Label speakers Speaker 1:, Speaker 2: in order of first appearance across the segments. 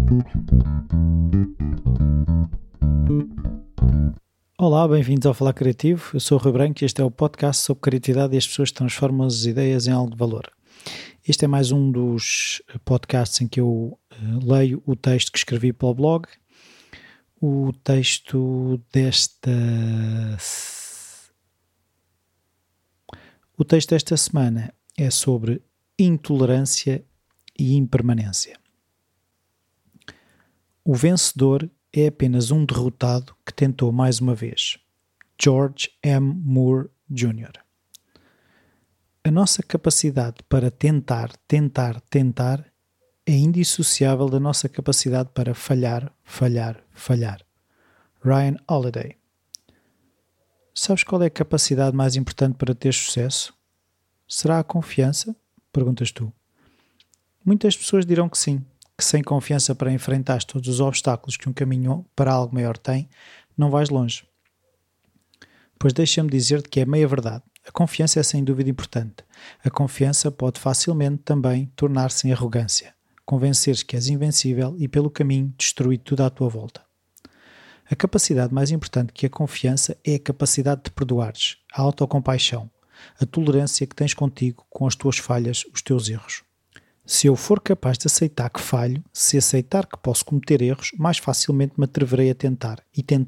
Speaker 1: Olá, bem-vindos ao Falar Criativo. Eu sou o Rui Branco e este é o podcast sobre criatividade e as pessoas transformam as ideias em algo de valor. Este é mais um dos podcasts em que eu leio o texto que escrevi para o blog. O texto desta semana é sobre intolerância e impermanência. O vencedor é apenas um derrotado que tentou mais uma vez. George M. Moore Jr. A nossa capacidade para tentar é indissociável da nossa capacidade para falhar. Ryan Holiday. Sabes qual é a capacidade mais importante para ter sucesso? Será a confiança? Perguntas tu. Muitas pessoas dirão que sim, que sem confiança para enfrentar todos os obstáculos que um caminho para algo maior tem, não vais longe. Pois deixa-me dizer-te que é meia verdade. A confiança é sem dúvida importante. A confiança pode facilmente também tornar-se em arrogância, convenceres que és invencível e pelo caminho destruir tudo à tua volta. A capacidade mais importante que a confiança é a capacidade de perdoares, a autocompaixão, a tolerância que tens contigo com as tuas falhas, os teus erros. Se eu for capaz de aceitar que falho, se aceitar que posso cometer erros, mais facilmente me atreverei a tentar,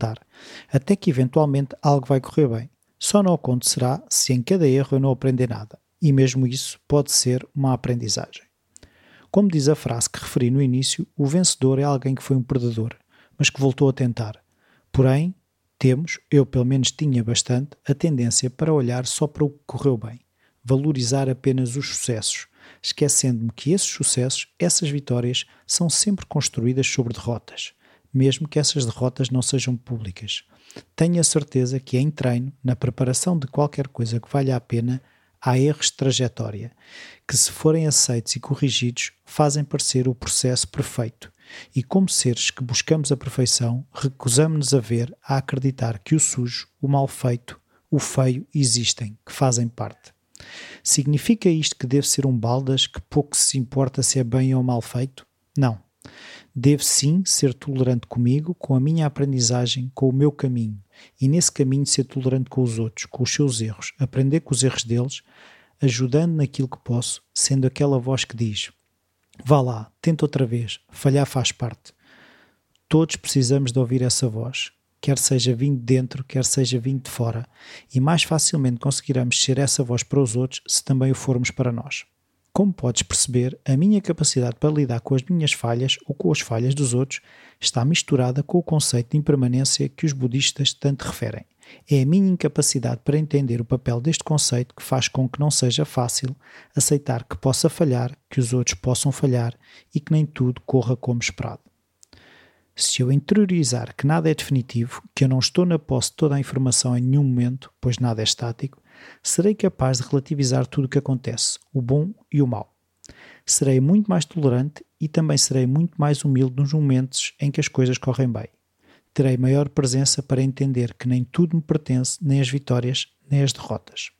Speaker 1: até que eventualmente algo vai correr bem. Só não acontecerá se em cada erro eu não aprender nada, e mesmo isso pode ser uma aprendizagem. Como diz a frase que referi no início, o vencedor é alguém que foi um perdedor, mas que voltou a tentar. Porém, eu pelo menos tinha bastante, a tendência para olhar só para o que correu bem, valorizar apenas os sucessos, esquecendo-me que esses sucessos, essas vitórias, são sempre construídas sobre derrotas, mesmo que essas derrotas não sejam públicas. Tenho a certeza que em treino, na preparação de qualquer coisa que valha a pena, há erros de trajetória, que se forem aceitos e corrigidos, fazem parecer o processo perfeito. E como seres que buscamos a perfeição, recusamos-nos a acreditar que o sujo, o mal feito, o feio existem, que fazem parte. Significa isto que devo ser um baldas que pouco se importa se é bem ou mal feito? Não. Devo sim ser tolerante comigo, com a minha aprendizagem, com o meu caminho, e nesse caminho ser tolerante com os outros, com os seus erros, aprender com os erros deles, ajudando naquilo que posso, sendo aquela voz que diz: vá lá, tenta outra vez, falhar faz parte. Todos precisamos de ouvir essa voz, quer seja vindo de dentro, quer seja vindo de fora, e mais facilmente conseguiremos ser essa voz para os outros se também o formos para nós. Como podes perceber, a minha capacidade para lidar com as minhas falhas ou com as falhas dos outros está misturada com o conceito de impermanência que os budistas tanto referem. É a minha incapacidade para entender o papel deste conceito que faz com que não seja fácil aceitar que possa falhar, que os outros possam falhar e que nem tudo corra como esperado. Se eu interiorizar que nada é definitivo, que eu não estou na posse de toda a informação em nenhum momento, pois nada é estático, serei capaz de relativizar tudo o que acontece, o bom e o mau. Serei muito mais tolerante e também serei muito mais humilde nos momentos em que as coisas correm bem. Terei maior presença para entender que nem tudo me pertence, nem as vitórias, nem as derrotas.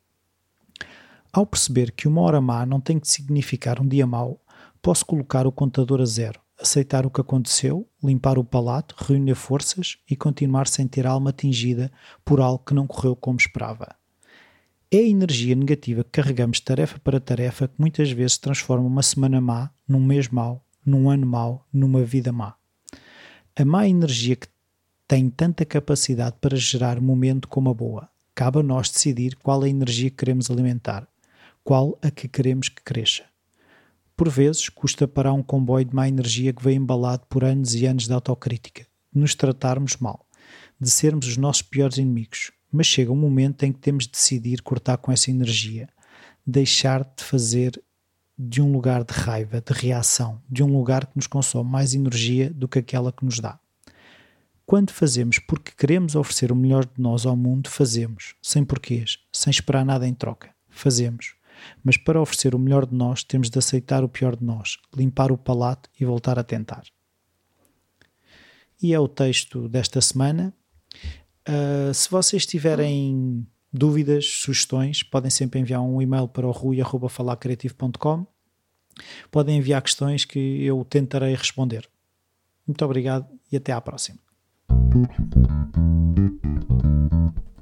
Speaker 1: Ao perceber que uma hora má não tem que significar um dia mau, posso colocar o contador a zero, aceitar o que aconteceu, limpar o palato, reunir forças e continuar sem ter a alma atingida por algo que não correu como esperava. É a energia negativa que carregamos tarefa para tarefa que muitas vezes transforma uma semana má num mês mau, num ano mau, numa vida má. A má energia que tem tanta capacidade para gerar momento como a boa. Cabe a nós decidir qual é a energia que queremos alimentar, qual a que queremos que cresça. Por vezes, custa parar um comboio de má energia que veio embalado por anos e anos de autocrítica, de nos tratarmos mal, de sermos os nossos piores inimigos. Mas chega um momento em que temos de decidir cortar com essa energia, deixar de fazer de um lugar de raiva, de reação, de um lugar que nos consome mais energia do que aquela que nos dá. Quando fazemos porque queremos oferecer o melhor de nós ao mundo, fazemos, sem porquês, sem esperar nada em troca. Fazemos. Mas para oferecer o melhor de nós, temos de aceitar o pior de nós, limpar o palato e voltar a tentar. E é o texto desta semana. Se vocês tiverem dúvidas, sugestões, podem sempre enviar um e-mail para o rui@falarcreativo.com. Podem enviar questões que eu tentarei responder. Muito obrigado e até à próxima.